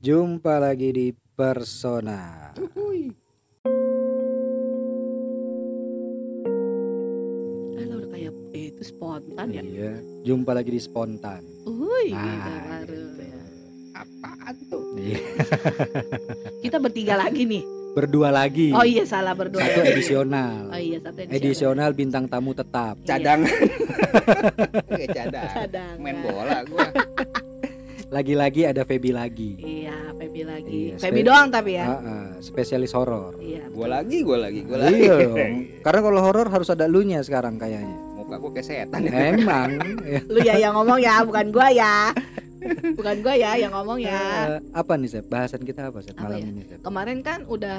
Jumpa lagi di Persona. Alah udah kayak itu spontan ya. Iya, jumpa lagi di Spontan. Kita baru gitu. ya. Apaan tuh? Iya. Kita bertiga lagi nih. Berdua lagi. Oh iya salah berdua. Satu edisional. Oh iya satu Edisional bintang tamu tetap. Iya. Cadangan. Kayak Cadangan. Main bola gua. Lagi-lagi ada Feby lagi. Iya, Feby lagi. Iya, Feby doang tapi ya. Spesialis horor. Iya. Gua lagi. Iya dong. Karena kalau horor harus ada elunya sekarang kayaknya. Muka gua kayak setan. Emang. Lu ya yang ngomong ya, bukan gua ya. Bukan gua ya yang ngomong ya. Apa nih Sep? Bahasan kita apa Sep Apa malam ya? ini Sep? Kemarin kan udah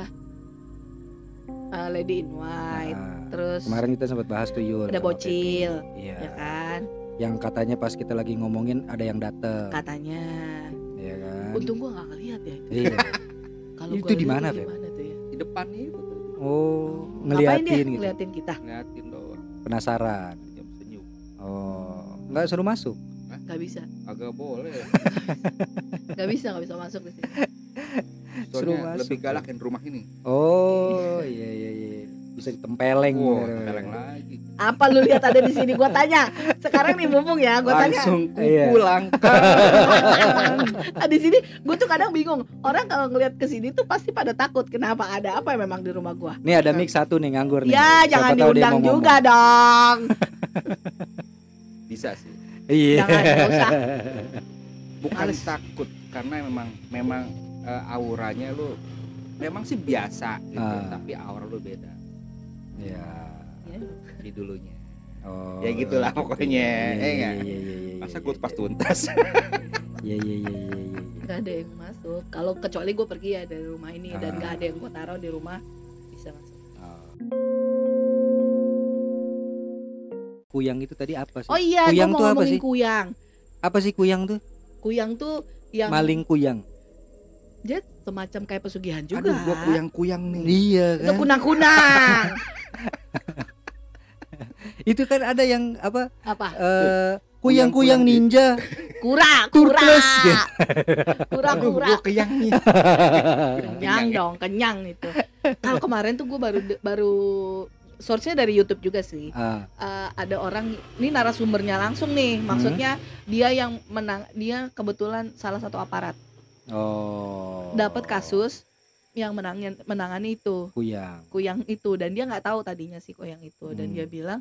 Lady in White. Terus Kemarin kita sempat bahas tuh Yul. ada sama bocil, Feby. Iya. ya kan? Yang katanya pas kita lagi ngomongin ada yang dateng. Katanya. Iya kan? Untung gua gak ngeliat ya itu. Iya. Kalau Itu gua di lihat mana, tuh Feb? gimana tuh ya? Di depan itu tuh. Oh, Ngapain dia ngeliatin gitu. ngeliatin kita? Ngeliatin doang. Penasaran. Jam senyum. Oh, nggak suruh masuk. Gak bisa, Agak boleh. gak bisa masuk di sini. Suruh Soalnya masuk. lebih galak yang rumah ini. Oh, iya. Bisa ditempeleng. Wah, bener. keleng lagi. Apa lu lihat ada di sini? Gua tanya. Sekarang nih mumpung ya, gua tanya. Langsung Iya. kuku langkah. Di sini gua tuh kadang bingung. Orang kalau ngelihat ke sini tuh pasti pada takut. Kenapa? Ada apa memang di rumah gua? Nih ada mic satu nih nganggur nih. Ya, Siapa jangan tahu dia diundang mau juga ngomong. dong. Bisa sih. Iya. Jangan, nggak usah. Bukan Males. takut karena memang auranya lu memang sih biasa gitu, tapi aura lu beda Iya. Ya, di dulunya. Oh. Ya gitulah pokoknya. Iya. Masa gue pas tuntas. Iya. nggak ada yang masuk. Kalau kecuali gue pergi ya dari rumah ini dan Ah. nggak ada yang gue taruh di rumah bisa masuk. Kuyang itu tadi apa sih? Oh iya, gue Kuyang mau tuh apa ngomongin sih? kuyang. Apa sih kuyang tuh? Kuyang tuh yang Maling kuyang. dia semacam kayak pesugihan juga. Aduh, gua kuyang-kuyang nih. Iya Itu kan? kunang-kunang. Itu kan ada yang apa? Apa? Kuyang-kuyang ninja. Kura. Turtles, gitu. Aduh, Kura. gua kenyang nih. Kenyang dong, kenyang itu. Kalau kemarin tuh gue baru source-nya dari YouTube juga sih. Ada orang, ini narasumbernya langsung nih. Maksudnya dia yang dia kebetulan salah satu aparat. Oh. Dapat kasus yang menangani itu. Kuyang itu, dan dia nggak tahu tadinya si kuyang itu, dan dia bilang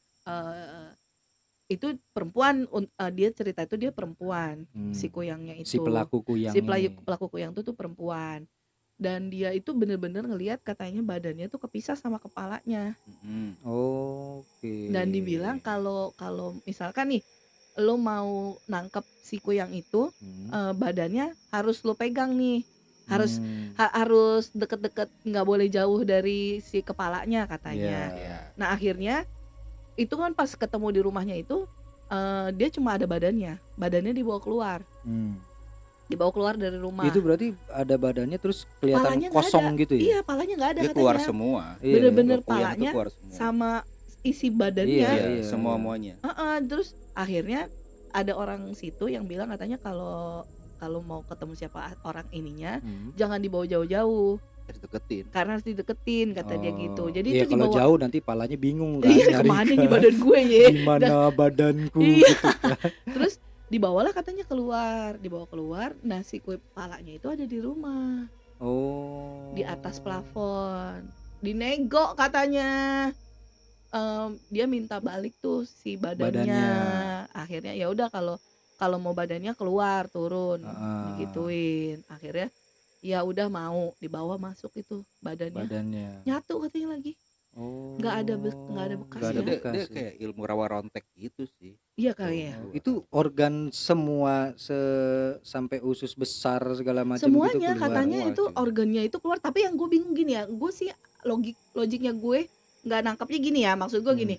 itu perempuan. Dia cerita itu dia perempuan, si kuyangnya itu. Si pelaku kuyang. Pelaku kuyang itu tuh perempuan, dan dia itu bener-bener ngelihat katanya badannya tuh kepisah sama kepalanya. Oke. Dan dibilang kalau misalkan nih lo mau nangkep si kuyang itu, badannya harus lo pegang nih, harus deket-deket, nggak boleh jauh dari si kepalanya katanya. Iya. Nah akhirnya itu kan pas ketemu di rumahnya itu, dia cuma ada badannya dibawa keluar dari rumah. Itu berarti ada badannya terus kelihatan Palanya nggak kosong ada. gitu ya? Iya, palanya nggak ada Dia katanya. keluar semua. Bener-bener Kuyang tuh palanya keluar semua. sama isi badannya. Iya. Semua-muanya. Terus akhirnya ada orang situ yang bilang katanya kalau mau ketemu siapa orang ininya, jangan dibawa jauh-jauh Harus deketin. karena harus dideketin, kata dia gitu. Jadi iya, itu kalau dibawa. jauh nanti palanya bingung kan. Iya, nyari kemana nih badan gue ya? Gimana badanku Iya. gitu. Terus dibawalah katanya dibawa keluar. Nah si kue palanya itu ada di rumah, Oh. di atas plafon, dinego katanya. Dia minta balik tuh si badannya. Akhirnya ya udah, kalau mau badannya keluar turun, digituin. Akhirnya ya udah mau dibawa masuk itu badannya. Nyatu katanya lagi. Oh. Nggak ada bekasnya. Nggak ada Dia bekas ya? kayak ilmu rawa rontek gitu sih. Iya kali ya. Itu organ semua sampai usus besar segala macam gitu Semuanya keluar. katanya Wah, itu cuy. organnya itu keluar. Tapi yang gue bingung gini ya, gue sih logiknya gue nggak nangkapnya gini ya. Maksud gue gini,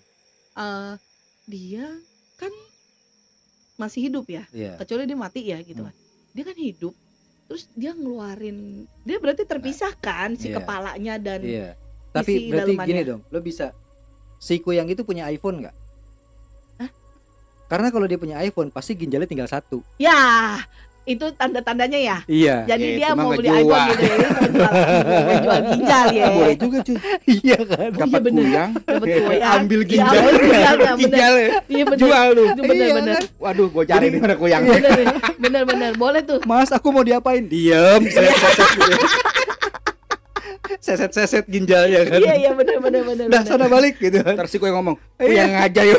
dia kan masih hidup ya, Iya. kecuali dia mati ya gitu kan. Dia kan hidup, terus dia ngeluarin, dia berarti terpisahkan si Iya. kepalanya dan Iya. Tapi isi berarti dalemannya. gini dong, lo bisa si kuyang itu punya iPhone nggak? Hah? Karena kalau dia punya iPhone pasti ginjalnya tinggal satu. Ya Itu tanda-tandanya ya. Iya. Jadi Ya, dia itu mah mau beli ngejual. iPhone gitu ya, mau jual ginjal ya. Boleh juga cuy. Iya kan. Oh, iya Dapat bener. kuyang. Dapat kuyang. Ambil Iya, ginjal. ambil ginjalnya, bener. Ginjal ya. Iya bener. Jual lu. Itu bener-bener. Waduh, gua cari di mana kuyang. Bener-bener boleh tuh. Mas, aku mau diapain? Diem, seset gitu. Seset ginjalnya kan. Iya bener. Dah sana balik gitu kan. Terus si kuyang ngomong, Iya. kuyang aja yuk.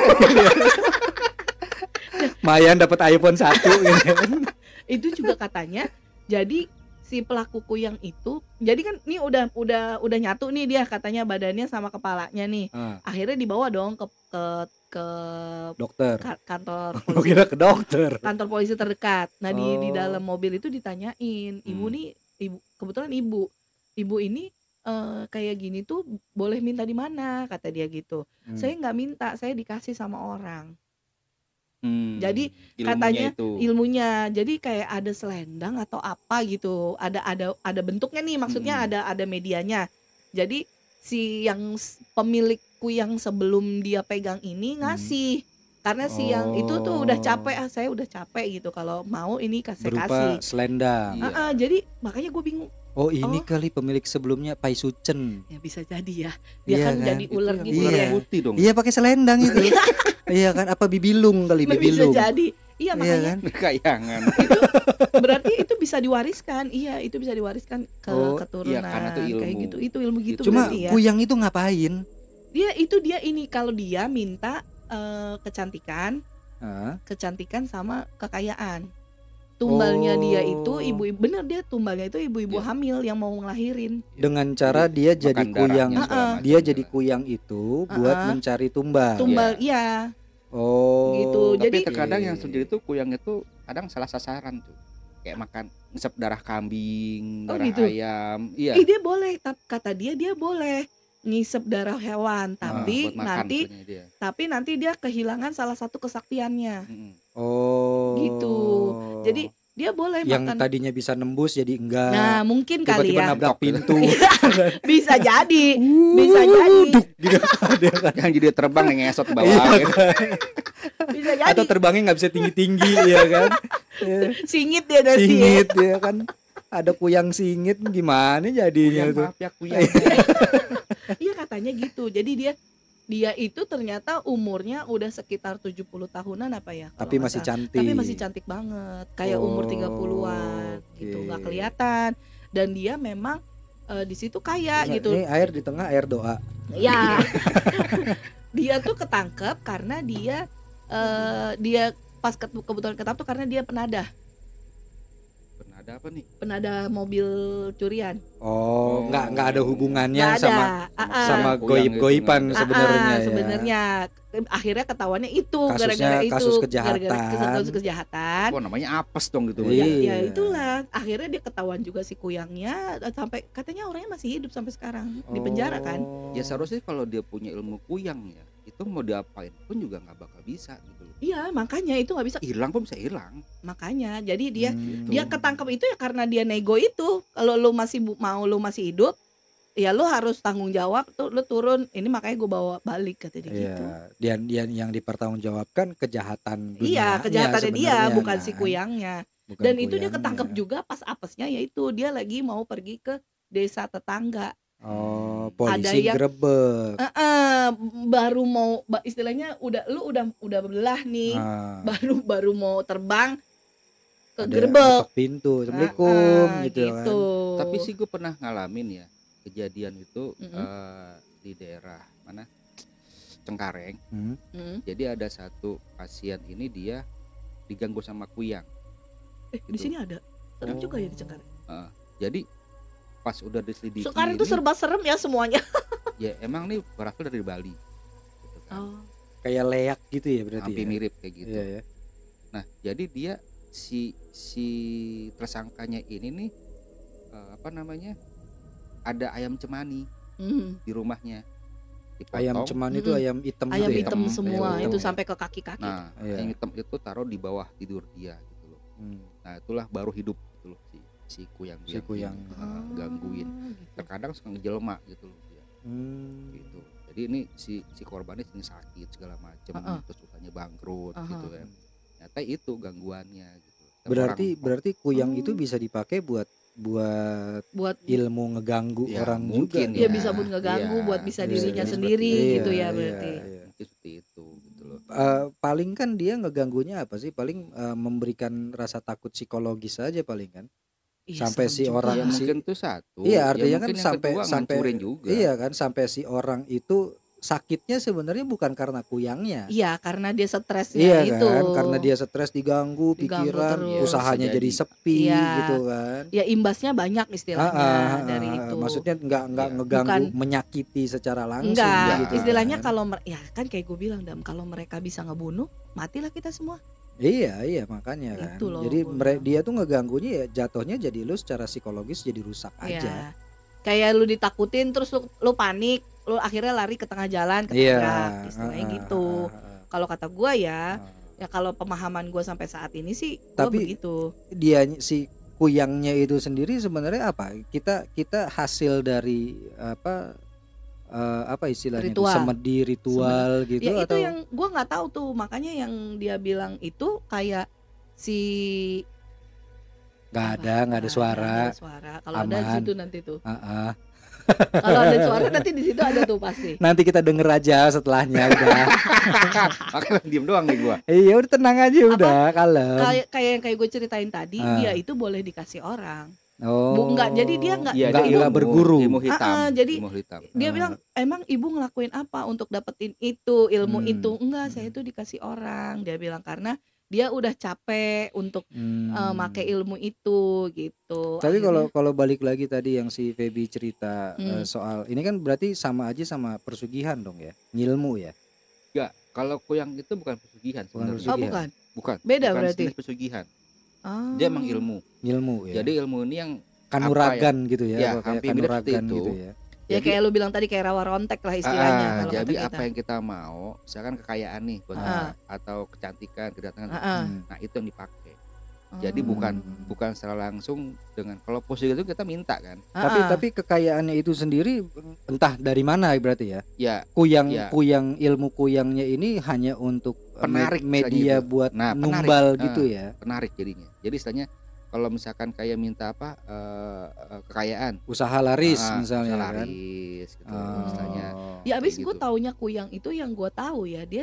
Mayan dapat iPhone 1 gitu kan. Itu juga katanya. Jadi si pelaku kuyang itu, jadi kan ini udah nyatu nih dia katanya badannya sama kepalanya nih. Akhirnya dibawa dong ke Dokter. kantor Gua polisi. kira ke dokter. Kantor polisi terdekat. Nah di Oh. dalam mobil itu ditanyain, ibu nih, ibu kebetulan ibu ini kayak gini tuh boleh minta di mana, kata dia gitu. Saya nggak minta, saya dikasih sama orang. Jadi Ilmunya katanya itu. ilmunya, jadi kayak ada selendang atau apa gitu, ada bentuknya nih, maksudnya ada medianya. Jadi si pemilik kuyang sebelum dia pegang ini ngasih, karena si yang itu tuh udah capek, saya udah capek gitu, kalau mau ini saya Berupa kasih. selendang. Iya. Jadi makanya gue bingung. Oh ini Oh. kali pemilik sebelumnya Pai Sucen. Ya bisa jadi ya, dia Iya kan kan? jadi Itu ular yang gitu ular ya. putih dong. Iya pakai selendang itu. Iya kan? Apa bibilung kali Bisa bibilung. jadi. Iya makanya kan? Kayangan. berarti itu bisa diwariskan. Iya, itu bisa diwariskan ke Oh, keturunan. iya, karena itu ilmu. Kayak gitu. Itu ilmu gitu Cuma berarti ya. kuyang itu ngapain? Dia ini kalau dia minta kecantikan Hah? sama kekayaan. Tumbalnya dia itu Oh. ibu-ibu, bener, dia tumbalnya itu ibu-ibu Iya. hamil yang mau ngelahirin. Dengan cara dia jadi Makan kuyang. darahnya segala macam Dia ya. jadi kuyang itu buat mencari tumbal. Tumbal, iya. Oh. Gitu. Tapi Jadi terkadang yang sendiri tuh kuyang itu kadang salah sasaran tuh. Kayak makan ngisep darah kambing, Oh, darah gitu? ayam. Iya. dia boleh, kata dia boleh ngisep darah hewan, tapi buat makan nanti katanya dia. nanti dia kehilangan salah satu kesaktiannya. Mm-mm. Oh. Gitu. Jadi dia boleh yang makan. tadinya bisa nembus jadi enggak. Nah, mungkin kali Tiba-tiba ya. nabrak pintu. Bisa jadi. Bisa jadi. gitu. Dia kan. Yang jadi terbang yang ngesot ke bawah Iya gitu. Bisa jadi. Atau terbangnya nggak bisa tinggi-tinggi ya kan. Singit dia nanti. Singit ya kan. Ada kuyang singit gimana jadinya Kuyang, tuh. maaf ya kuyang. Iya katanya gitu. Jadi dia itu ternyata umurnya udah sekitar 70 tahunan apa ya? kalau Tapi nggak masih salah. cantik. Tapi masih cantik banget. Kayak umur 30-an gitu, nggak kelihatan. Dan dia memang di situ kaya Nah, gitu. Ini air di tengah, air doa. Ya. Dia tuh ketangkep karena dia pas kebetulan ketangkep tuh karena dia penadah Apa nih? mobil curian. Oh, nggak ada hubungannya Nggak ada. sama Kuyang goib-goiban itu nggak ada. sebenarnya ya. Sebenarnya akhirnya ketahuannya itu Kasusnya gara-gara itu kasus kejahatan. gara-gara kasus kejahatan. Wah, namanya apes dong gitu. Iya. Ya itulah akhirnya dia ketahuan juga si kuyangnya, sampai katanya orangnya masih hidup sampai sekarang di penjara kan. Ya seharusnya kalau dia punya ilmu kuyang ya, itu mau diapain pun juga nggak bakal bisa gitu loh. Iya makanya itu nggak bisa, Hilang pun bisa hilang. makanya jadi dia Hmm. dia ketangkep itu ya karena dia nego itu. Kalau lu masih lu masih hidup, ya lu harus tanggung jawab tuh, lu turun ini, makanya gue bawa balik kata dia gitu. Iya. Dan yang dipertanggungjawabkan kejahatan dunia. Iya, kejahatannya dia bukan si kan. kuyangnya. Bukan Dan itu dia kuyangnya. ketangkep juga pas apesnya, yaitu dia lagi mau pergi ke desa tetangga. Oh, Ada polisi yang- grebek. Baru mau istilahnya udah belah nih, Ah, baru mau terbang ke ada gerbek. ketok pintu. Assalamualaikum gitu kan. gitu. Tapi sih gue pernah ngalamin ya kejadian itu Mm-mm. di daerah mana Cengkareng. Hmm. Jadi ada satu pasien ini dia diganggu sama kuyang. Di Gitu. sini ada. Serem juga ya di Cengkareng. Jadi pas udah diselidiki Sekarang tuh ini, serba serem ya semuanya. ya emang nih berasal dari Bali gitu kan. Oh. Kayak leak gitu ya berarti. Hampir ya? mirip kayak gitu. Iya ya. Nah, jadi dia si tersangkanya ini nih apa namanya? Ada ayam cemani di rumahnya. Dipotong. Ayam ceman itu Mm-mm. ayam hitam Ayam gitu ya. hitam semua Ayam itu hitam. sampai ke kaki-kaki. Nah, Iya. ayam hitam itu taruh di bawah tidur dia gitu loh. Hmm. Nah, itulah baru hidup gitu loh si kuyang Si kuyang. ini. Gangguin. Gitu. Terkadang suka ngejelma gitu loh dia. Hmm. Gitu. Jadi ini si korbannya sini sakit segala macem, terus usahanya bangkrut gitu kan. Ternyata itu gangguannya gitu. sama orang. Berarti kuyang itu Oh. bisa dipakai buat Buat ilmu ngeganggu Ya, orang mungkin juga ya ya. bisa buat ngeganggu, Iya, buat bisa Iya, dirinya jadi seperti sendiri itu. gitu ya iya, berarti. iya. Mungkin seperti itu gitu loh. Paling kan dia ngeganggunya apa sih? Paling memberikan rasa takut psikologis saja paling kan. Iya Sampai serem si juga. Ya orang mungkin tuh satu, iya, ya artinya kan mungkin yang kedua ngancurin juga. iya kan sampai si orang itu sakitnya sebenarnya bukan karena kuyangnya. Iya karena dia stresnya Iya itu kan, karena dia stres diganggu diganggu pikiran, Ya bisa terus. usahanya jadi jadi. sepi Iya, gitu kan. ya imbasnya banyak istilahnya dari itu. Maksudnya nggak Ya. ngeganggu, Bukan menyakiti secara langsung enggak, gitu istilahnya kan. kalau ya kan kayak gue bilang Dam, kalau mereka bisa ngebunuh, matilah kita semua. Iya makanya kan. Itu loh Jadi gue bilang. dia tuh ngeganggunya ya jatuhnya jadi lu secara psikologis jadi rusak Iya. aja. Kayak lu ditakutin terus lu panik, lu akhirnya lari ke tengah jalan Iya, ketabrak, istilahnya gitu. Kalau kata gue ya kalau pemahaman gue sampai saat ini sih gue Tapi begitu. dia si kuyangnya itu sendiri sebenarnya apa? Kita hasil dari apa istilahnya itu Ritual. semedi ritual gitu Ya itu atau yang gue nggak tahu tuh, makanya yang dia bilang itu kayak si nggak apa, ada suara. Kalau ada di Aman. situ nanti tuh. Heeh. Kalau ada suara nanti di situ ada tuh pasti. Nanti kita denger aja setelahnya udah. Makanya diem doang nih gua. Iya udah tenang aja udah kalem. Kayak yang kayak gue ceritain tadi, Ah. dia itu boleh dikasih orang. Oh. Enggak, jadi dia enggak- Iya, Jadi dia nggak berguru. ilmu hitam. jadi ilmu hitam. Dia Ah. bilang, "Emang ibu ngelakuin apa untuk dapetin itu, ilmu Hmm. itu?" Enggak, saya itu dikasih orang. Dia bilang karena dia udah capek untuk make ilmu itu gitu. Tapi Akhirnya, kalau balik lagi tadi yang si Feby cerita Hmm. soal ini kan berarti sama aja sama persugihan dong ya, ngilmu ya. Enggak, kalau kuyang itu bukan pesugihan sebenarnya. oh pesugihan. bukan. Bukan. Beda bukan berarti. jenis pesugihan. Oh. Dia emang ilmu. Ngilmu ya. Jadi ilmu ini yang kanuragan gitu ya, Ya, apa kayak hampir mirip kanuragan seperti itu. gitu ya. Ya Jadi- kayak lu bilang tadi kayak rawa rontek lah istilahnya kalau jadi kata kita. apa yang kita mau, misalkan kekayaan nih buat Ah. kita, atau kecantikan, kedatangan. Ah. Nah, itu yang dipakai. Oh. Jadi bukan secara langsung dengan kalau posisi itu kita minta kan. Tapi kekayaannya itu sendiri entah dari mana berarti ya. Ya, Kuyang Ya. ilmu kuyangnya ini hanya untuk Penarik media istilahnya itu. buat Nah, penarik. numbal gitu ya. penarik jadinya. Jadi istilahnya kalau misalkan kayak minta apa kekayaan, Usaha laris Ah, misalnya usaha kan. laris gitu Oh. istilahnya. Ya abis Kayak gue gitu. taunya kuyang itu yang gue tahu ya dia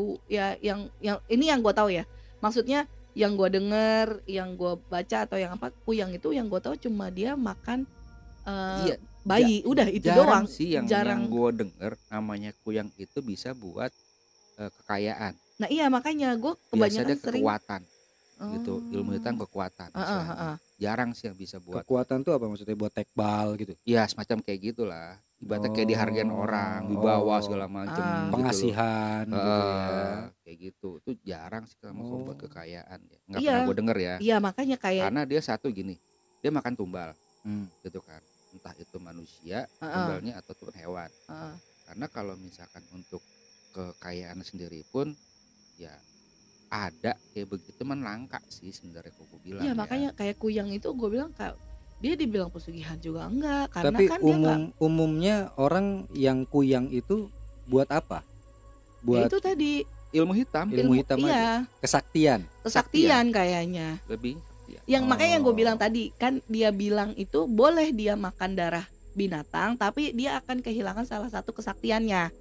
ya yang ini yang gue tahu ya, maksudnya yang gue denger, yang gue baca atau yang apa, kuyang itu yang gue tahu cuma dia makan Iya, bayi, udah itu jarang doang. sih yang jarang. gue denger namanya kuyang itu bisa buat kekayaan. Nah iya makanya gue Biasanya kebanyakan sering kekuatan gitu, ilmu hitam kekuatan. istilahnya. Jarang sih yang bisa buat. Kekuatan tuh apa maksudnya, buat tekbal gitu. Ya semacam kayak gitulah. Ibaratnya kayak dihargain orang, dibawa segala macam. Ah. gitu loh. Pengasihan gitu ya. Kayak gitu. Itu jarang sih kalau mau buat kekayaan ya. Nggak Iya. pernah gue denger ya. Iya makanya kayak Karena dia satu gini, dia makan tumbal Hmm. gitu kan. Entah itu manusia, tumbalnya ataupun hewan. Karena kalau misalkan untuk kekayaan sendiri pun ya ada kayak begitu man langka sih sebenarnya kok gue bilang. iya ya. makanya kayak kuyang itu gue bilang kayak dia dibilang pesugihan juga enggak karena Tapi kan dia enggak, umumnya orang yang kuyang itu buat apa? ya Buat itu tadi ilmu hitam ilmu hitam aja. iya Kesaktian. kesaktian kayaknya. lebih ya. Yang makanya yang gue Oh. bilang tadi kan dia bilang itu boleh dia makan darah binatang tapi dia akan kehilangan salah satu kesaktiannya.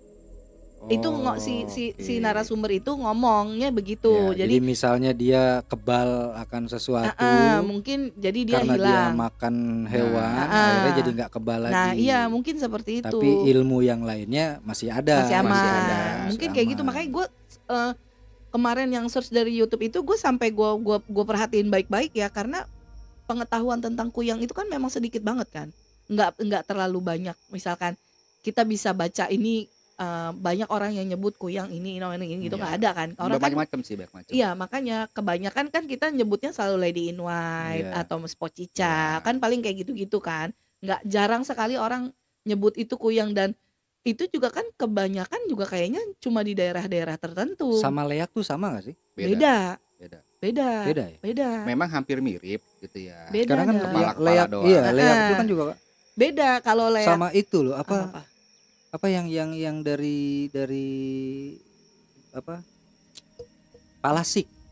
Itu si narasumber itu ngomongnya begitu. Ya, jadi misalnya dia kebal akan sesuatu mungkin jadi dia karena dia hilang. makan hewan, Nah, akhirnya jadi nggak kebal lagi. Nah, iya mungkin seperti itu. Tapi ilmu yang lainnya masih ada. Masih aman. Masih ada. Mungkin Masih kayak gitu aman. makanya gue kemarin yang search dari YouTube itu gue sampai gue perhatiin baik-baik ya karena pengetahuan tentang kuyang itu kan memang sedikit banget kan. Nggak terlalu banyak. Misalkan kita bisa baca ini banyak orang yang nyebut kuyang ini gitu Iya. nggak ada kan. Orang kan macam-macam sih banyak macam. iya makanya kebanyakan kan kita nyebutnya selalu Lady in White Iya. atau Spot Cica Iya. kan paling kayak gitu-gitu kan. Nggak jarang sekali orang nyebut itu kuyang dan itu juga kan kebanyakan juga kayaknya cuma di daerah-daerah tertentu. Sama leak tuh sama gak sih? Beda. Beda. Beda. Beda ya? Beda. Memang hampir mirip gitu ya. Beda Sekarang kan dah. Kepala-kepala leak, doang. iya leak itu Ah. kan juga Beda kalau leak sama itu loh apa? apa yang dari apa palasik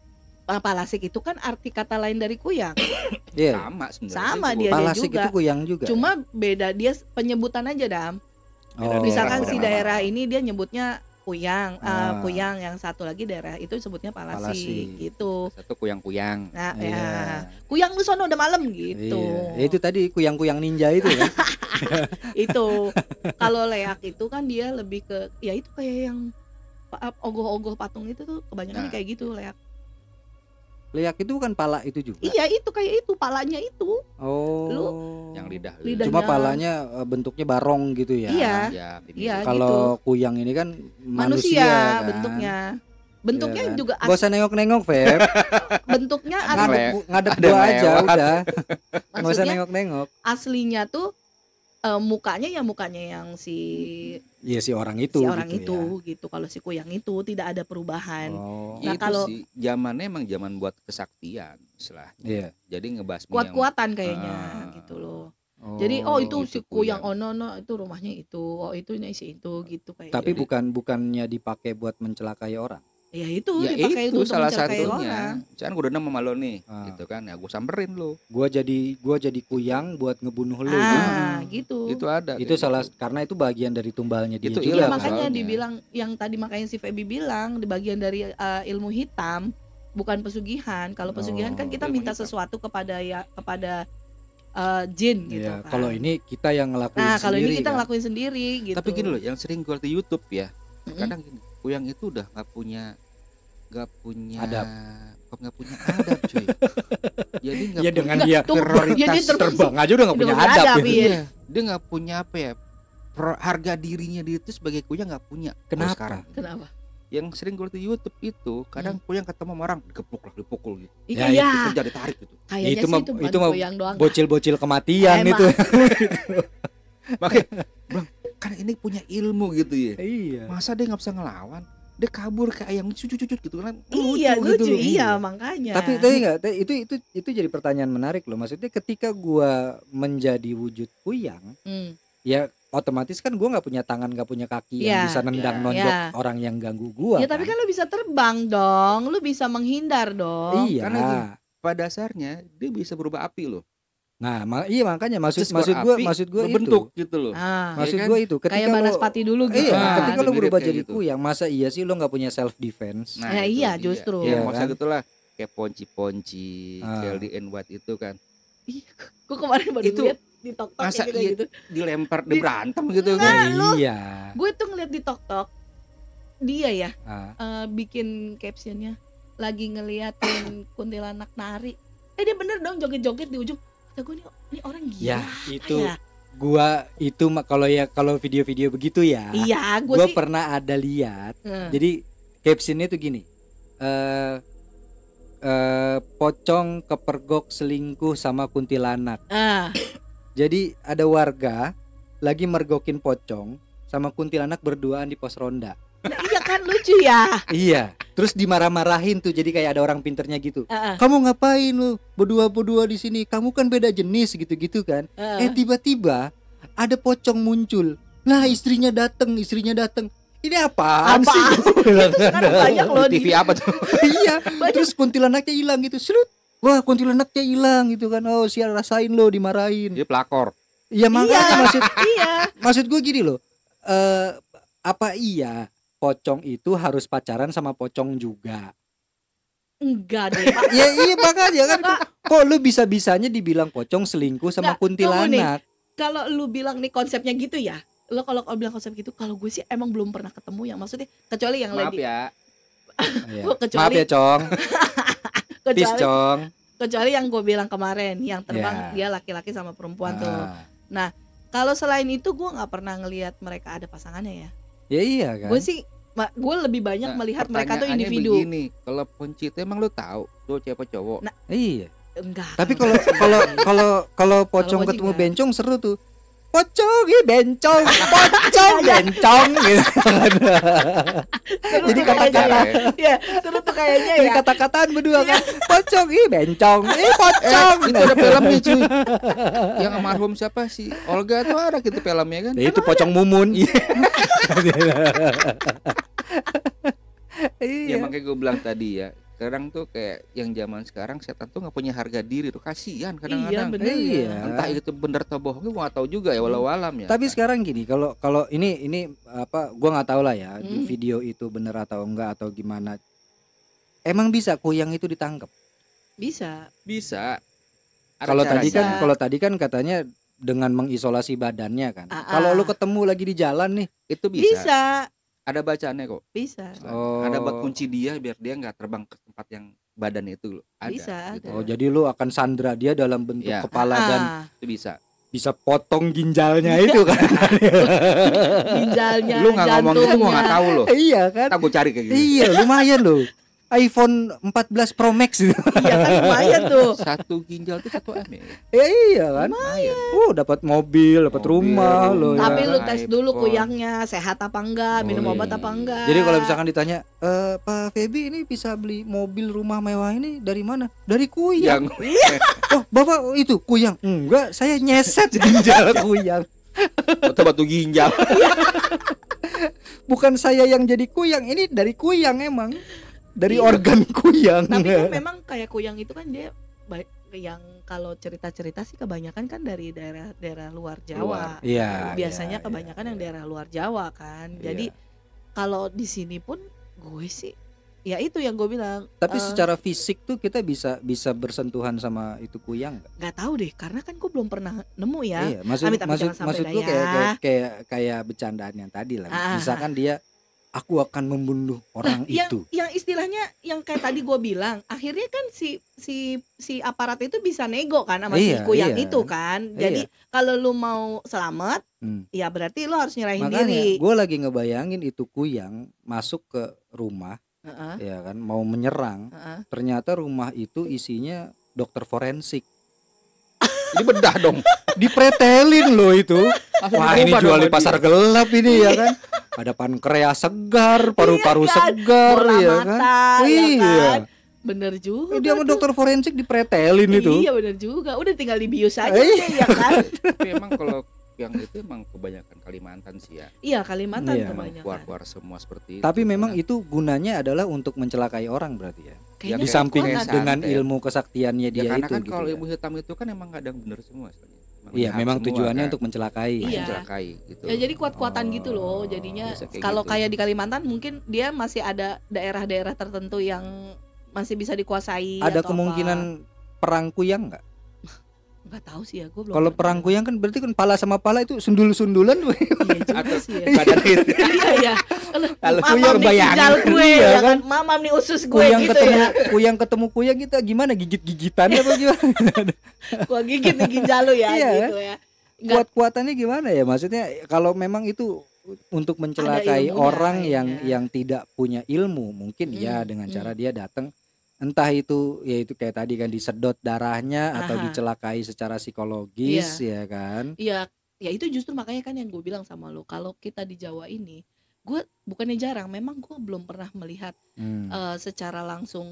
Palasik itu kan arti kata lain dari kuyang. Iya. Sama sebenarnya. Sama sih, dia Palasik juga. itu kuyang juga. Cuma beda dia penyebutan aja, Dam. Oh. Misalkan beda si nama. daerah ini dia nyebutnya kuyang, Ah. kuyang, yang satu lagi daerah itu sebutnya Palasik Palasik. gitu. Satu kuyang-kuyang. Nah, Iya. ya. Kuyang lu sono udah malam gitu. Iya. Ya, itu tadi kuyang-kuyang ninja itu kan. Itu kalau leak itu kan dia lebih ke ya itu kayak yang ogoh-ogoh patung itu tuh kebanyakan Nah. kayak gitu leak. Leak itu kan pala itu juga. Iya itu kayak itu palanya itu. Oh. Yang lidah. Lidahnya. Cuma palanya bentuknya barong gitu ya. Iya. Ya, Iya, Kalau kuyang ini kan manusia, Manusia kan? bentuknya. Bentuknya Iya kan? juga Gak usah nengok-nengok, Feb. bentuknya Ngadep. Ngadep Ada gua yang aja lewat. udah. Gak usah maksudnya nengok-nengok. aslinya tuh mukanya ya mukanya yang si Iya si orang itu. orang gitu itu ya. gitu. Kalau si kuyang itu tidak ada perubahan. Oh. Nah, itu kalau- sih zamannya emang zaman buat kesaktian istilahnya. Iya. Jadi ngebasmi Kuat-kuatan kayaknya Ah. gitu loh. Oh. Jadi itu si itu kuyang kuyang. no itu rumahnya itu, itu ini si itu gitu kayak. Tapi gitu. bukannya dipakai buat mencelakai orang. Ya itu Ya dipakai itu untuk salah mencelakai satunya. orang. Misalkan gue udah nemu sama lo nih, Ah. gitu kan, ya gue samperin lo. Gua jadi kuyang buat ngebunuh lu. Gitu. Itu ada. Itu kayak salah gitu. karena itu bagian dari tumbalnya dia Itu juga. Iya ilmu kan? makanya soalnya. dibilang yang tadi makanya si Feby bilang di bagian dari ilmu hitam bukan pesugihan. Kalau pesugihan kan Oh, kita ilmu minta hitam. sesuatu kepada jin gitu Iya, kan. kalau ini kita yang ngelakuin Nah, kalau sendiri ini kita kan? ngelakuin sendiri gitu. Tapi gini loh, yang sering gue liat di YouTube ya, Mm-mm. kadang gini, kuyang itu udah nggak punya Adab. kok nggak punya adab cuy. Jadi nggak Ya punya dengan Enggak, dia tunggu, prioritas jadi terbang aja udah nggak punya Udah nggak adab. ada, gitu. Iya. Iya, dia nggak punya apa ya, harga dirinya dia itu sebagai kuyang nggak punya. kalau Kenapa? sekarang. Kenapa? Yang sering gue liat di YouTube itu, kadang kuyang ketemu sama orang dikepuk lah, dipukul gitu. Ya, Iya, Kerja ditarik gitu. kayaknya Itu sih mah- itu itu bukan mah kuyang doang. Bocil-bocil kematian Emang. itu. Makanya, bilang, kan ini punya ilmu gitu ya. Iya. Masa dia nggak bisa ngelawan? Dia kabur kayak ayam cucut-cucut gitu kan? Iya, lucu, loh. iya makanya. Tapi enggak, itu jadi pertanyaan menarik loh. Maksudnya ketika gua menjadi wujud kuyang, Hmm. ya otomatis kan gua nggak punya tangan, nggak punya kaki yang Iya, bisa nendang iya, nonjok iya. orang yang ganggu gua. Ya tapi kan lu bisa terbang dong, lu bisa menghindar dong. Iya. Karena gini, pada dasarnya dia bisa berubah api loh. Nah, iya makanya maksud Terus gua berapi, itu. berbentuk gitu loh. Ah, Maksud Iya kan? gua itu ketika kayak Banaspati dulu gitu. Iya, Ah, ketika itu lo mirip berubah kayak jadi gitu. kuyang, masa iya sih lo nggak punya self defense? Ya, itu iya, dia. justru. Ya, Iya, maksudnya kan? gitulah kayak ponci-ponci, Ah. Kelly and White itu kan. Iya, gua kemarin baru Itu lihat di TikTok masa kayak iya? gitu. Dilempar, berantem gitu Enggak. kan. lu- Iya. Gue tuh ngeliat di TikTok dia ya Ah. bikin captionnya lagi ngeliatin kuntilanak nari. Dia bener dong joget-joget di ujung. Kata gue nih orang gila. Ya, itu ya? gua itu kalau video-video begitu ya. Iya, gue Gua sih. pernah ada lihat. Hmm. Jadi captionnya tuh gini. Pocong kepergok selingkuh sama kuntilanak. Ah, Jadi ada warga lagi mergokin pocong sama kuntilanak berduaan di pos ronda. nah, iya kan lucu ya. Iya. Terus dimarah-marahin tuh, jadi kayak ada orang pinternya gitu. Ah, Kamu ngapain lu berdua-berdua di sini? Kamu kan beda jenis gitu-gitu kan. ah. Tiba-tiba ada pocong muncul. Nah, istrinya dateng. Ini apaan sih? Apaan? Itu sekarang banyak loh TV apa tuh? Iya. Banyak. Terus kuntilanaknya hilang gitu. Serut. Wah, kuntilanaknya hilang gitu kan. Oh, sial, rasain lo dimarahin. Dia pelakor. Ya makanya Iya. maksud gue gini loh. Apa iya pocong itu harus pacaran sama pocong juga? Enggak deh, Pak. Ya iya makanya kan. Kok lu bisa-bisanya dibilang pocong selingkuh sama Nggak, tunggu nih. kuntilanak? Kalau lu bilang nih konsepnya gitu ya. Lo kalau bilang konsep gitu, kalau gue sih emang belum pernah ketemu yang maksudnya kecuali yang Maaf lagi ya. Iya. kecuali- Maaf ya, Cong. Peace, kecuali, Cong. kecuali yang gue bilang kemarin yang terbang Ya. dia laki-laki sama perempuan tuh. Ah. Kalau selain itu gue nggak pernah ngelihat mereka ada pasangannya ya. Ya iya kan. Gue sih gue lebih banyak Nah, melihat mereka tuh pertanyaannya individu. Begini, kalau ponci itu emang lu tahu tuh cewek apa cowok? Nah, Iya. Enggak. Tapi kalau pocong Kalau ketemu enggak. bencong seru tuh. Pocong, bencong, pocong, bencong gitu. seru jadi tuh kayaknya kata-kata. ya. Iya, seru tuh kayaknya Jadi ya. kata-kataan berdua kan. Pocong, bencong, pocong. Itu ada filmnya cuy. Yang almarhum siapa sih? Olga tuh ada gitu filmnya kan? Ya, itu pocong mumun. Ya Iya. makanya gue bilang tadi ya, Sekarang tuh kayak yang zaman sekarang setan tuh nggak punya harga diri tuh, kasihan Iya kadang-kadang. bener Iya. ya. Entah itu bener atau bohong gue nggak tahu juga ya, walau alam ya Tapi kan. sekarang gini, kalau kalau ini apa, gua nggak tahu lah ya di Hmm. video itu bener atau enggak atau gimana. Emang bisa kuyang itu ditangkap? Bisa. Bisa. Ada Kalau tadi kan Bisa. kalau tadi kan katanya dengan mengisolasi badannya kan. Ah, Kalau lu ah. ketemu lagi di jalan nih, itu bisa. Bisa. Ada bacaannya kok. Bisa. Istilahnya. Ada Oh. kunci dia biar dia nggak terbang ke tempat yang badan itu loh. Ada. Bisa, gitu. oh jadi lu akan sandra dia dalam bentuk Iya. kepala dan Ah, Itu bisa. bisa potong ginjalnya itu kan. ginjalnya, Lu nggak ngomong gitu gua nggak jantungnya. tahu loh. Iya kan? Ntar gua cari kayak gitu. Iya, lumayan loh. iPhone 14 Pro Max itu. Iya kan lumayan tuh. Satu ginjal tuh 1 M ya. Ya iya kan? Lumayan. Dapat mobil, dapat Mobil, rumah loh ya Tapi kan? lu tes dulu iPhone. kuyangnya sehat apa enggak, minum Oh, obat iya. apa enggak. Jadi kalau misalkan ditanya, Pak Feby ini bisa beli mobil rumah mewah ini dari mana? Dari Kuyang. Yang Oh, Bapak itu Kuyang? Enggak, saya nyeset ginjal Kuyang. batu ginjal. Bukan saya yang jadi Kuyang, ini dari Kuyang emang. Dari organ Kuyang. Tapi kan memang kayak kuyang itu kan dia yang kalau cerita-cerita sih kebanyakan kan dari daerah luar Jawa. Iya. Biasanya iya, kebanyakan yang daerah luar Jawa kan. Iya. Jadi kalau di sini pun gue sih ya itu yang gue bilang. Tapi secara fisik tuh kita bisa bersentuhan sama itu Kuyang nggak? Nggak tahu deh karena kan gue belum pernah nemu ya. Iya, maksud Tapi jangan sampai maksudku dah ya. kayak bercandaan yang tadi lah. Ah. Misalkan dia, aku akan membunuh orang itu. Yang istilahnya yang kayak tadi gue bilang, akhirnya kan si aparat itu bisa nego kan sama si Iya, kuyang iya. itu kan. Jadi kalau lu mau selamat, ya berarti lu harus nyerahin Makanya diri. gue lagi ngebayangin itu Kuyang masuk ke rumah, Heeh, ya kan, mau menyerang. heeh. Ternyata rumah itu isinya dokter forensik. Ini bedah dong. Dipretelin loh itu. Langsung Wah, ini dirubah jual dong di sama pasar dia. gelap ini ya kan. Ada pankreas segar, paru-paru Iya kan? segar Bola ya kan. mata, ya Iya. kan? Bener juga. Dia sama tuh. dokter forensik dipretelin itu. Iya bener juga. Udah tinggal dibius aja Iya. deh, ya kan. Tapi emang kalau yang itu emang kebanyakan Kalimantan sih ya. Iya Kalimantan Iya. Emang kebanyakan. keluar-keluar semua seperti itu. Tapi memang Karena itu gunanya adalah untuk mencelakai orang berarti ya. Kayaknya Di samping kekuatan. dengan santet. ilmu kesaktiannya ya dia karena itu kan gitu kalau ya. ilmu hitam itu kan emang kadang bener semua sebenarnya. Iya, jahat memang semua tujuannya kan. untuk mencelakai. Iya. Mencelakai gitu. Ya jadi kuat-kuatan gitu loh. Oh, Jadinya biasa kayak kalau gitu. kayak di Kalimantan mungkin dia masih ada daerah-daerah tertentu yang masih bisa dikuasai. Ada atau kemungkinan perang Kuyang nggak? nggak tahu sih ya, gue belum. Kalau pernah. perang Kuyang kan berarti kan pala sama pala itu sundul-sundulan. Iya juga Atau sih ya. badan itu. Iya ya. Kalau Mamam kuyang nih bayangin, ginjal gue iya ya kan? kan. Mamam nih usus gue Kuyang gitu ketemu ya. Kuyang ketemu Kuyang kita gimana gigit-gigitannya apa gimana? Gua gigit nih ginjal lu ya Iya, gitu ya. Nggak, Kuat-kuatannya gimana ya? Maksudnya kalau memang itu untuk mencelakai ilmunya orang kayaknya. yang tidak punya ilmu, mungkin ya dengan cara dia datang, entah itu ya itu kayak tadi kan disedot darahnya atau Aha. dicelakai secara psikologis ya kan. Iya, ya itu justru makanya kan yang gue bilang sama lo, kalau kita di Jawa ini, gue bukannya jarang, memang gue belum pernah melihat secara langsung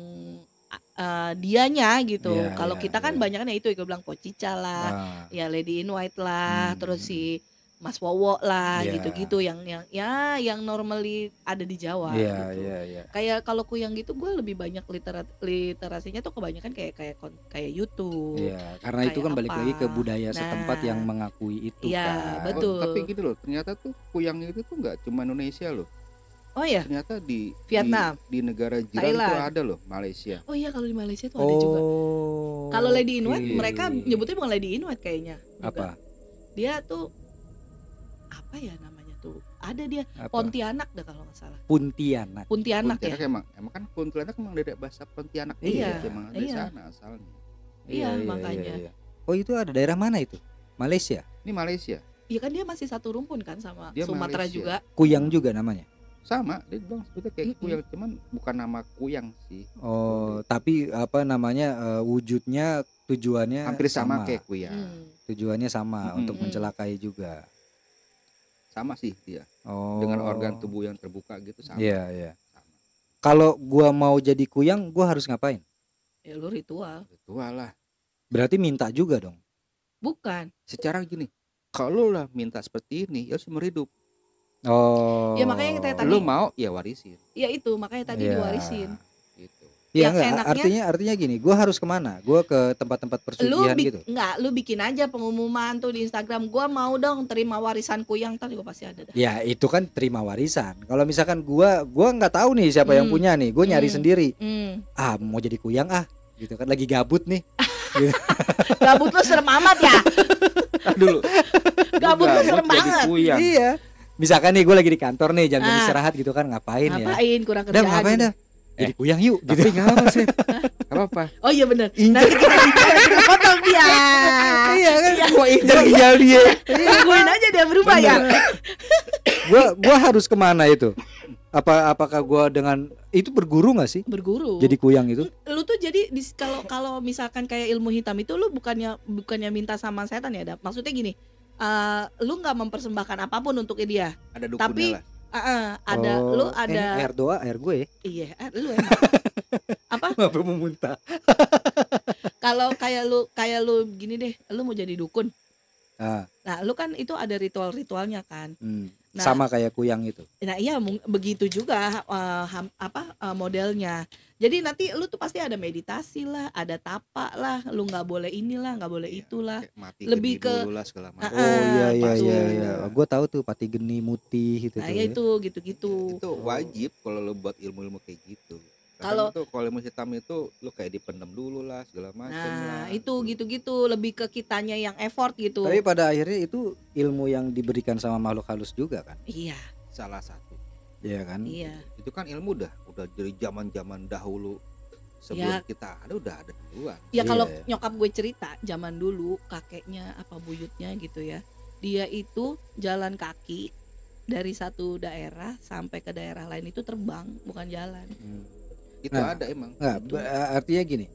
dianya gitu. Iya, Kalau iya, kita kan iya. banyak kan ya itu gue bilang Pocica lah, Ah, ya Lady in White lah, Hmm. terus si Mas Wowo lah, Iya. gitu-gitu yang normally ada di Jawa. iya gitu. iya iya. Kayak kalau kuyang gitu gue lebih banyak literasinya tuh kebanyakan kayak YouTube. Iya, karena itu Kayak kan balik apa? lagi ke budaya Nah, setempat yang mengakui itu iya, kan. betul. Tapi gini loh, ternyata tuh kuyang itu tuh nggak cuma Indonesia loh. Oh ya, Ternyata di Vietnam, di negara jiran tuh Thailand. ada loh, Malaysia. oh iya kalau di Malaysia tuh ada juga. Kalau Lady in White oke. mereka nyebutnya bukan Lady in White kayaknya. juga. apa? Dia tuh apa ya namanya tuh? Ada dia Apa? Pontianak dah kalau nggak salah. Pontianak. Pontianak ya. emang kan Pontianak emang dari bahasa Pontianak Iya, gitu, emang dari iya. sana asalnya. Iya, makanya. iya. Oh, itu ada daerah mana itu? Malaysia. Ini Malaysia. Iya kan dia masih satu rumpun kan sama Dia Sumatera Malaysia. juga. Kuyang juga namanya. Sama, dia bilang sebetulnya kayak Mm-mm. kuyang, cuman bukan nama kuyang sih. Oh, tapi apa namanya wujudnya tujuannya Hampir sama kayak kuyang. Hmm. Tujuannya sama Mm-mm. untuk mencelakai juga. Sama sih dia. Oh. Dengan organ tubuh yang terbuka gitu sama. Iya, iya. Sama. Kalau gua mau jadi kuyang, gua harus ngapain? Ya lu ritual. Ritual lah. Berarti minta juga dong. Bukan. Secara gini, kalau lah minta seperti ini, ya seumur hidup. Oh. Ya, makanya kita tadi- Lu mau ya warisin Ya itu makanya tadi Iya. diwarisin. gitu. Iya Yang enggak, enaknya artinya gini, gue harus kemana? Gue ke tempat-tempat persugihan gitu. lu bikin aja pengumuman tuh di Instagram, gua mau dong terima warisan kuyang, ntar juga pasti ada dah. Ya itu kan terima warisan. Kalau misalkan gua nggak tahu nih siapa yang punya nih, gue nyari sendiri. Mau jadi kuyang gitu kan, lagi gabut nih. Gitu. Gabut lu serem amat ya. Dulu. Gabut lu serem jadi banget. kuyang. Iya. Misalkan nih gue lagi di kantor nih, jam istirahat gitu kan, ngapain ya? Ngapain kurang kerjaan. Ngapain dah? Jadi kuyang yuk. Tapi Gitu. nggak apa sih? Apa? Oh iya benar. Injek. Nanti kita potong dia. Iya kan? Gua injak ginjal dia. Tungguin aja dia berubah ya. Gua harus kemana itu? Apakah gua dengan itu berguru nggak sih? Berguru. Jadi kuyang itu? Lu tuh jadi kalau misalkan kayak ilmu hitam itu lu bukannya minta sama setan ya, Dap. Maksudnya gini, lu nggak mempersembahkan apapun untuk dia. Ada dukunnya Tapi lah. ada lu ada air doa, air gue. iya, lu emang. Apa? Apa mau muntah? Kalau kayak lu gini deh, lu mau jadi dukun. Ah, Nah, lu kan itu ada ritual-ritualnya kan. Nah, sama kayak kuyang itu. Nah iya begitu juga modelnya. Jadi nanti lu tuh pasti ada meditasi lah, ada tapa lah, lu nggak boleh inilah, nggak boleh itulah. Kayak mati Lebih geni ke dulu lah segala macam. Oh iya pasti iya ada. iya. Gue tahu tuh pati geni mutih gitu Nah tuh. ya Ya. itu gitu-gitu. Itu wajib kalau lu buat ilmu-ilmu kayak gitu. Kalau- kalau ilmu hitam itu lu kayak dipendam dulu lah segala macam Nah lah. itu gitu-gitu, lebih ke kitanya yang effort gitu. Tapi pada akhirnya itu ilmu yang diberikan sama makhluk halus juga kan? Iya, Salah satu. Iya kan? iya. Itu kan ilmu udah dari zaman-zaman dahulu sebelum kita udah ada duluan. Ya kalau Iya. nyokap gue cerita zaman dulu kakeknya apa buyutnya gitu ya, dia itu jalan kaki dari satu daerah sampai ke daerah lain itu terbang, bukan jalan. Itu Nah, ada emang. Nggak, Itu. artinya gini,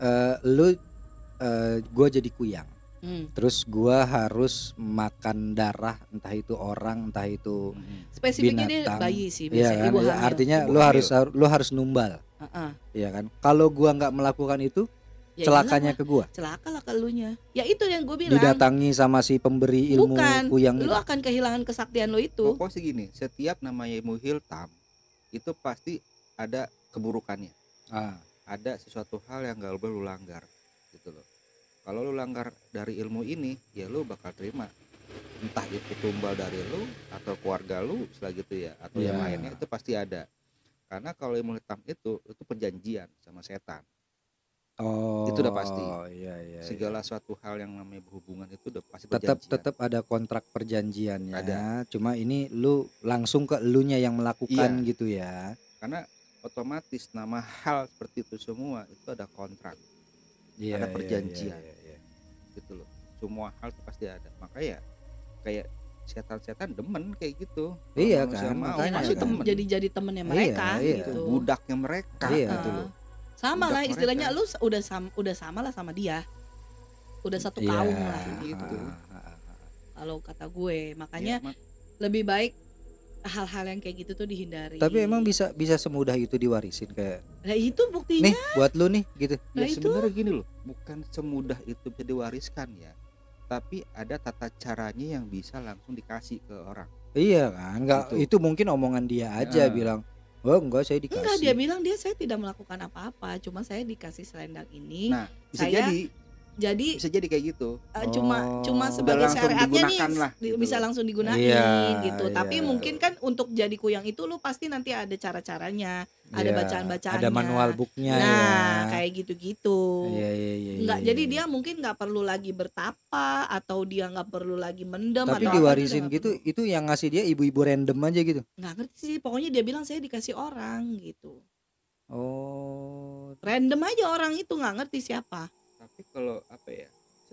gue jadi kuyang, terus gue harus makan darah, entah itu orang, entah itu Spesifiknya dia binatang. bayi sih Iya biasanya kan? ibu Ya, hamil. artinya Ibu lu harus numbal, Heeh. ya kan? Kalau gue nggak melakukan itu, Ya celakanya ke gue, celaka lah ke elunya. Ya itu yang gue bilang. didatangi sama si pemberi ilmu Bukan, kuyang lu itu. akan kehilangan kesaktian lu itu. Pokoknya sih gini, setiap namanya ilmu hitam itu pasti ada keburukannya. Ada sesuatu hal yang gak boleh lu langgar gitu loh. Kalau lu langgar dari ilmu ini, ya lu bakal terima entah itu tumbal dari lu atau keluarga lu selanjutnya ya, atau yang Iya. lainnya itu pasti ada. Karena kalau ilmu hitam itu perjanjian sama setan. Oh, Itu udah pasti. Iya. Segala suatu hal yang namanya berhubungan itu udah pasti Tetap perjanjian. ada kontrak perjanjiannya. Ada. Cuma ini lu langsung ke elunya yang melakukan Iya. gitu ya. Karena otomatis nama hal seperti itu semua itu ada kontrak, Iya, Ada iya, perjanjian. iya. gitu loh. Semua hal itu pasti ada. Makanya kayak setan-setan demen kayak gitu. Kalau Iya manusia kan, mau, makanya pasti kan. demen. Jadi temennya mereka Iya, Itu gitu. budaknya mereka Iya. gitu loh. Sama Budak lah istilahnya mereka. lu udah sama lah sama dia. Udah satu Iya. kaum lah Gitu. kalau kata gue. Makanya Iya, lebih baik hal-hal yang kayak gitu tuh dihindari. Tapi emang bisa semudah itu diwarisin kayak Nah itu buktinya. nih buat lu nih gitu. Nah, ya itu. sebenarnya gini loh, bukan semudah itu bisa diwariskan ya. Tapi ada tata caranya yang bisa langsung dikasih ke orang. Iya kan? Enggak Gitu. itu mungkin omongan dia aja Ya. bilang, "Oh, enggak saya dikasih." Enggak, dia bilang saya tidak melakukan apa-apa, cuma saya dikasih selendang ini. Nah, bisa Saya jadi jadi kayak gitu. cuma Oh. sebagai Udah langsung syariatnya nih digunakan lah, gitu bisa loh. langsung digunain Iya, gitu. Tapi iya. mungkin kan untuk jadi kuyang itu lu pasti nanti ada cara-caranya, ada Iya, bacaan-bacaannya. ada manual booknya Nah, ya. kayak gitu-gitu. Iya. Nggak, iya, jadi iya. dia mungkin nggak perlu lagi bertapa atau dia nggak perlu lagi mendem Tapi atau diwarisin apa, dia gitu, nggak perlu. itu yang ngasih dia ibu-ibu random aja gitu. Nggak ngerti sih, pokoknya dia bilang saya dikasih orang gitu. Oh, Random aja orang itu, nggak ngerti siapa. Tapi kalau apa ya,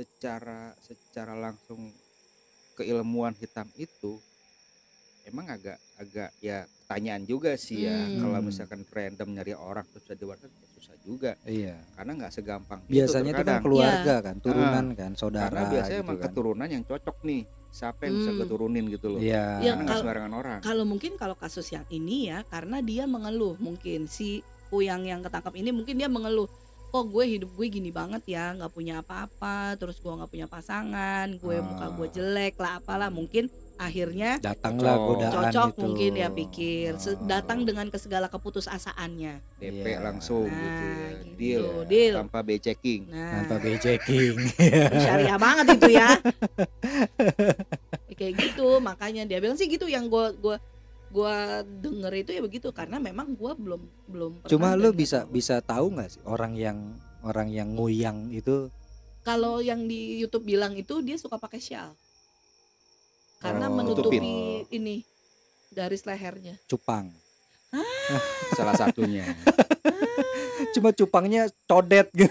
secara langsung keilmuan hitam itu emang agak ya pertanyaan juga sih ya. Kalau misalkan random nyari orang terus bisa diwariskan ya susah juga. iya. Karena nggak segampang Biasanya itu kan terkadang. keluarga kan, turunan kan, Karena saudara biasanya gitu emang kan. keturunan yang cocok nih. Siapa yang bisa keturunin gitu loh. Iya. Ya, Karena nggak kalau- sembarangan orang. Kalau mungkin kalau kasus yang ini ya, karena dia mengeluh, mungkin si kuyang yang ketangkap ini mungkin dia mengeluh, kok gue hidup gue gini banget ya, nggak punya apa-apa, terus gue nggak punya pasangan, gue muka gue jelek lah, apalah, mungkin Akhirnya datanglah godaan cocok itu. mungkin ya pikir, datang dengan segala keputusasaannya. DP langsung Nah, gitu ya. gitu, Deal, deal. tanpa checking. Tanpa checking. Syariah banget itu ya. Kayak gitu, makanya dia bilang sih gitu, yang gua denger itu ya begitu, karena memang gua belum pernah. Cuma dan lu nggak bisa tahu nggak sih orang yang nguyang itu? Kalau yang di YouTube bilang itu dia suka pakai shawl karena Oh. menutupi ini garis lehernya. Cupang. Salah satunya. Cuma cupangnya codet gitu.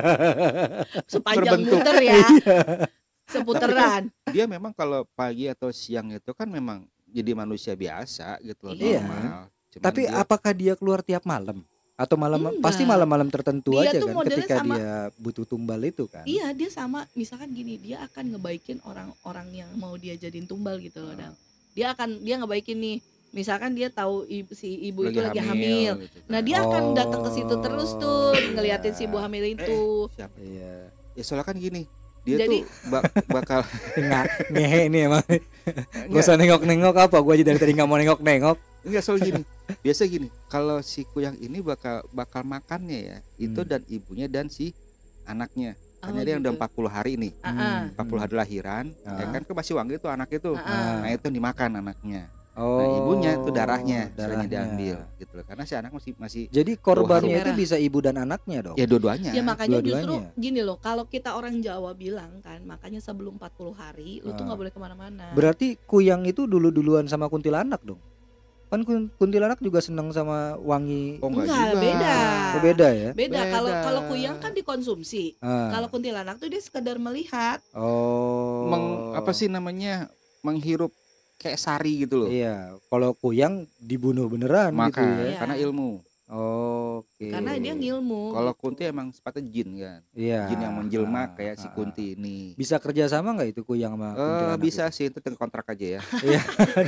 Sepanjang Berbentuk. muter ya. Seputaran. Dia memang kalau pagi atau siang itu kan memang jadi manusia biasa gitu loh, Iya. normal. Cuman Tapi dia- apakah dia keluar tiap malam? Atau malam Enggak. pasti malam-malam tertentu Dia aja tuh kan modelnya ketika sama- dia butuh tumbal itu kan? Iya, dia sama, misalkan gini, dia akan ngebaikin orang-orang yang mau dia jadiin tumbal gitu loh, Dang. Dia ngebaikin nih. Misalkan dia tahu si ibu itu lagi hamil. gitu Nah, kan. dia akan datang ke situ Oh, terus tuh iya. ngeliatin si ibu hamil itu. Siapa? Iya. Ya soalnya kan gini, dia Jadi- tuh bakal Ngehe ini emang. Gak usah nengok-nengok apa? Gue aja dari tadi nggak mau nengok-nengok. enggak soal gini. Biasa gini, kalau si kuyang ini bakal makannya ya, itu dan ibunya dan si anaknya. Karena dia udah 40 hari nih. Ah, 40 hari lahiran, ya kan masih wangi tuh anak itu. Ah. Nah, itu dimakan anaknya. Oh. Nah, ibunya tuh darahnya darahnya. diambil gitu loh. Karena si anak masih Jadi korbannya Merah. itu bisa ibu dan anaknya dong. ya dua-duanya. Ya makanya justru Dua-duanya. gini loh, kalau kita orang Jawa bilang kan, makanya sebelum 40 hari lu tuh nggak boleh kemana-mana. Berarti kuyang itu duluan sama kuntilanak dong. Kan kuntilanak juga seneng sama wangi. Oh, enggak Enggak, juga. beda. Beda ya? Beda. Kalau Beda. kalau kuyang kan dikonsumsi. Ah. Kalau kuntilanak tuh dia sekedar melihat. Oh. Apa sih namanya? Menghirup kayak sari gitu loh. Iya. Kalau kuyang dibunuh beneran Maka gitu ya. Iya. karena ilmu. Oke. Karena dia ngilmu. Kalau gitu. kunti emang sepatnya jin kan. Iya. Jin yang menjelma kayak si kunti ini. Bisa kerja sama nggak itu kuyang sama kuntilanak? Bisa sih, itu tinggal kontrak aja ya. Iya.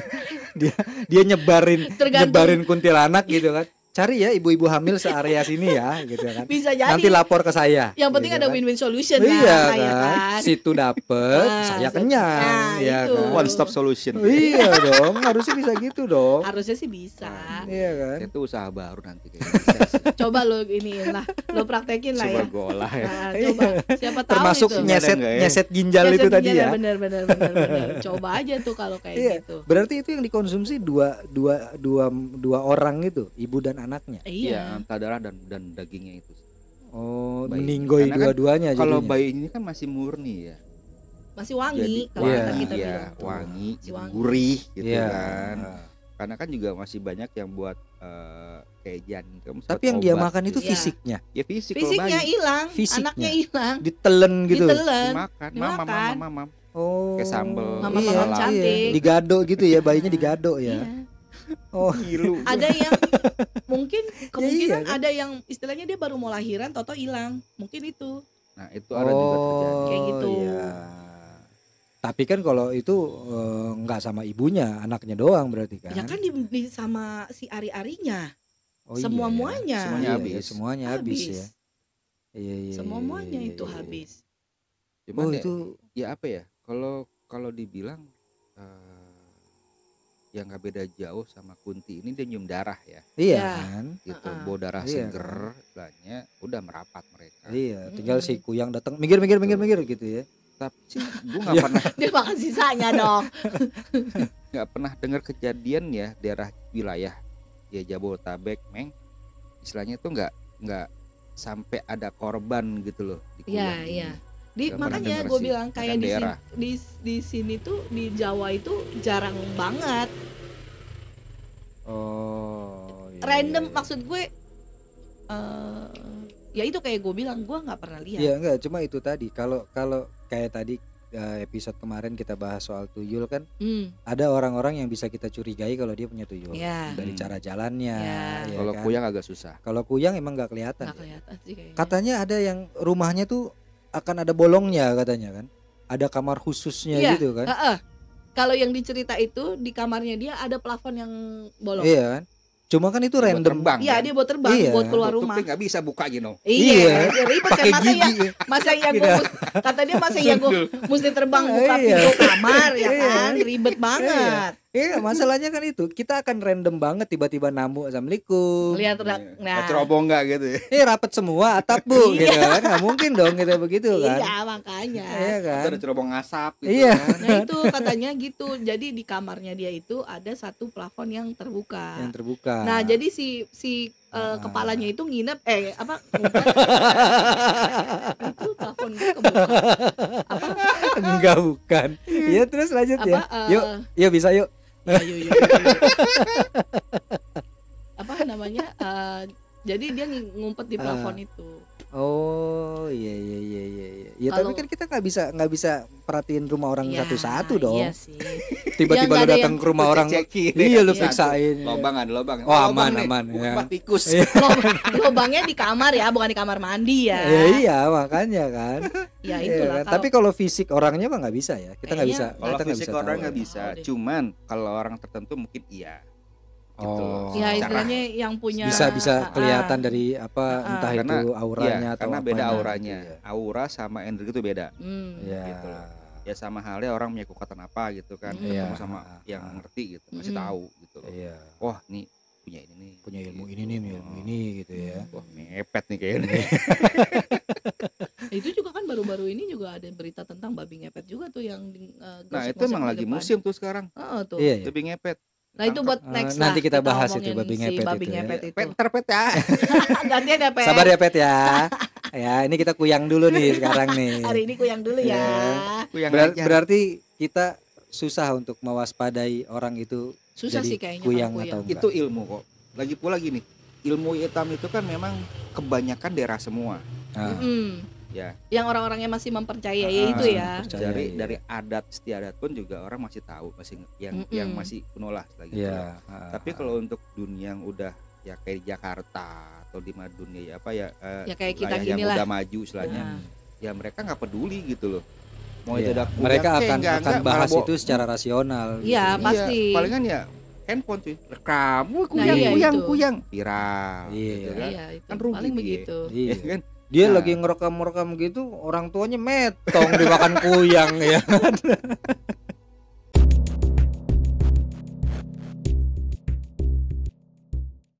dia nyebarin Tergantung. kuntilanak gitu kan. Cari ya ibu-ibu hamil searea sini ya gitu kan. Bisa jadi. Nanti lapor ke saya. Yang penting gitu ada kan. win-win solution Iya lah, kan. ya kan. Situ dapet, Nah, saya nah, kenyang ya itu. kan. One stop solution. Iya dong, harusnya bisa gitu dong. Harusnya sih bisa. Iya kan. Itu usaha baru nanti kayaknya. Bisa sih. Coba lo iniin lah, lo praktekin lah Coba ya. gue olah ya. Nah, coba siapa tahu Termasuk itu. nyeset Ada nggak ya? nyeset ginjal Nyeset itu tadi ginjal, ya. Bener. Coba aja tuh kalau kayak Iya. gitu. Berarti itu yang dikonsumsi dua orang itu, ibu dan anaknya. Iya, Iya. antara darah dan dagingnya itu. Oh, Bayi. meninggoy Karena kan dua-duanya Kalau jadinya. bayi ini kan masih murni ya. Masih wangi kalau Iya. kata kita iya, bilang. tuh. wangi, Masih wangi. gurih gitu Iya. kan. Karena kan juga masih banyak yang buat kayak jantung. Tapi yang dia makan itu Iya. fisiknya, ya fisik kalau Fisiknya bayi hilang, Fisiknya. anaknya hilang, ditelen gitu. ditelen. dimakan, Dimakan. mamam. Oh. Kayak sambel. Mama-mama iya, cantik. Digado gitu ya, bayinya digado ya. Iya. Oh, Gilu. Ada yang kemungkinan kan? ada yang istilahnya dia baru mau lahiran, toto hilang, mungkin itu. Nah, itu ada juga terjadi. Kayak gitu. Iya. Tapi kan kalau itu nggak sama ibunya, anaknya doang berarti kan. Ya kan di sama si ari-arinya, Oh, iya, semua-muanya. Semuanya Iya, habis. iya, semuanya habis ya. Iya, iya. Semuanya iya, itu iya, iya. habis. Cuman Oh, ya, itu ya apa ya? Kalau dibilang yang nggak beda jauh sama Kunti ini, dia nyium darah ya, iya Ya. kan? gitu. Heeh. Bau darah Iya, seger, istilahnya udah merapat mereka. Iya, tinggal si kuyang datang minggir gitu ya. Tapi sih gue nggak pernah Dia makan sisanya dong. dengar kejadian ya daerah wilayah ya Jabodetabek, Meng, istilahnya tuh nggak sampai ada korban gitu loh di Iya, kuyang ini. iya. Nggak pernah Makanya denger gue sih, bilang kayak bahkan di sini, daerah. di sini tuh di Jawa itu jarang banget. Oh, iya, Random, iya. maksud gue ya itu kayak gue bilang, gue nggak pernah lihat. Iya enggak, cuma itu tadi kalau kayak tadi episode kemarin kita bahas soal tuyul kan, Hmm, ada orang-orang yang bisa kita curigai kalau dia punya tuyul ya, dari cara jalannya. Ya. ya Kalau kan? kuyang agak susah. Kalau kuyang emang nggak kelihatan. nggak ya. kelihatan sih kayaknya. Katanya ada yang rumahnya tuh akan ada bolongnya katanya kan, ada kamar khususnya Iya, gitu kan. Heeh. Kalau yang dicerita itu di kamarnya dia ada plafon yang bolong. Iya kan. Cuma kan itu Dia buat random. terbang Iya, kan. dia buat terbang, Iya. buat keluar Tutupnya rumah. nggak bisa buka gitu. Iya, ribet kan Pakai masa ya, gigi. masa ya gue kata dia masa ya gue mesti terbang buka Iya. pintu kamar ya Iya. kan, ribet banget. Iya, masalahnya kan itu kita akan random banget tiba-tiba namu assalamualaikum. Lihat Nah, cerobong nggak gitu ya. Rapet semua atap bu, gitu kan? Nggak mungkin dong kita begitu kan? Iya, makanya. Iya kan? Ada cerobong asap gitu Iya. kan. Nah itu katanya gitu. Jadi di kamarnya dia itu ada satu plafon yang terbuka. Yang terbuka. Nah jadi si kepalanya itu nginep itu plafon gue kebuka. Apa? Enggak bukan. Iya terus lanjut ya. Yuk bisa yuk. Ya, yuk. Apa namanya? Jadi dia ngumpet di plafon itu. Oh iya. Ya tapi kan kita nggak bisa perhatiin rumah orang Ya, satu-satu dong. Iya sih. Tiba-tiba Ya, lu nggak ada datang ke rumah orang. Cekin, Iya lu Iya, periksain. Lobang ada lobang. Oh, aman, nih. aman, Bukan ya. tempat tikus. Iya. Lubangnya di kamar ya, bukan di kamar mandi ya. Ya, iya makanya kan. Ya Iya itulah. kan? Tapi kalau fisik orangnya mah nggak bisa ya. Kita nggak bisa. Kayaknya Kalau Kita nggak fisik bisa orang tahu nggak ya. bisa, Tahu deh. cuman kalau orang tertentu mungkin iya. Gitu Oh. Ya Secara- istilahnya yang punya bisa kelihatan dari apa Ah. entah Karena- itu auranya Iya, atau karena beda apanya auranya. gitu ya. Aura sama energi itu beda. Ya. Gitu. Ya sama halnya orang punya kekuatan apa gitu kan. Iya. Ketemu sama yang ngerti gitu, masih Mm. tahu gitu loh. Iya. Wah, nih punya ini nih. Punya ilmu gitu. ini nih, punya ilmu ini gitu ya. Wah, mepet nih kayaknya. Itu juga kan baru-baru ini juga ada berita tentang babi ngepet juga tuh yang Nah, itu emang lagi musim tuh sekarang. tuh. Iya, iya. Babi ngepet. Nah itu buat next lah. Nanti kita bahas itu ngomongin babi si ngepet babi itu ya. ngepet itu. Pet ya. Gantian ya Pet. Sabar ya Pet ya. Ya, ini kita kuyang dulu nih sekarang nih. Hari ini kuyang dulu ya. Kuyang aja. Berarti kita susah untuk mewaspadai orang itu Susah jadi sih kayaknya kuyang kalau atau enggak. Itu ilmu kok. Lagi pula gini, ilmu hitam itu kan memang kebanyakan daerah semua. Nah, Ya, Yang orang-orangnya masih mempercayai Ah, itu ya. percaya, dari iya. dari adat istiadat pun juga orang masih tahu, masih yang Mm-mm. yang masih kuno lah lagi. Iya. Tapi kalau untuk dunia yang udah ya kayak di Jakarta atau di mana dunia ya apa ya, Ya kayak kita wilayah yang gini lah. udah maju istilahnya, Nah, ya mereka nggak peduli gitu loh. Mau Iya. itu ada kuyang, Mereka kayak akan enggak, bahas malah itu secara rasional. Iya, gitu. pasti. Palingan ya handphone cuy, rekam, wah Nah, kuyang iya itu. kuyang viral, Iya. gitu kan. iya itu Kan rugi paling dia. begitu. Iya. Ya kan? Dia Nah. lagi ngerekam gitu, orang tuanya metong dimakan kuyang ya.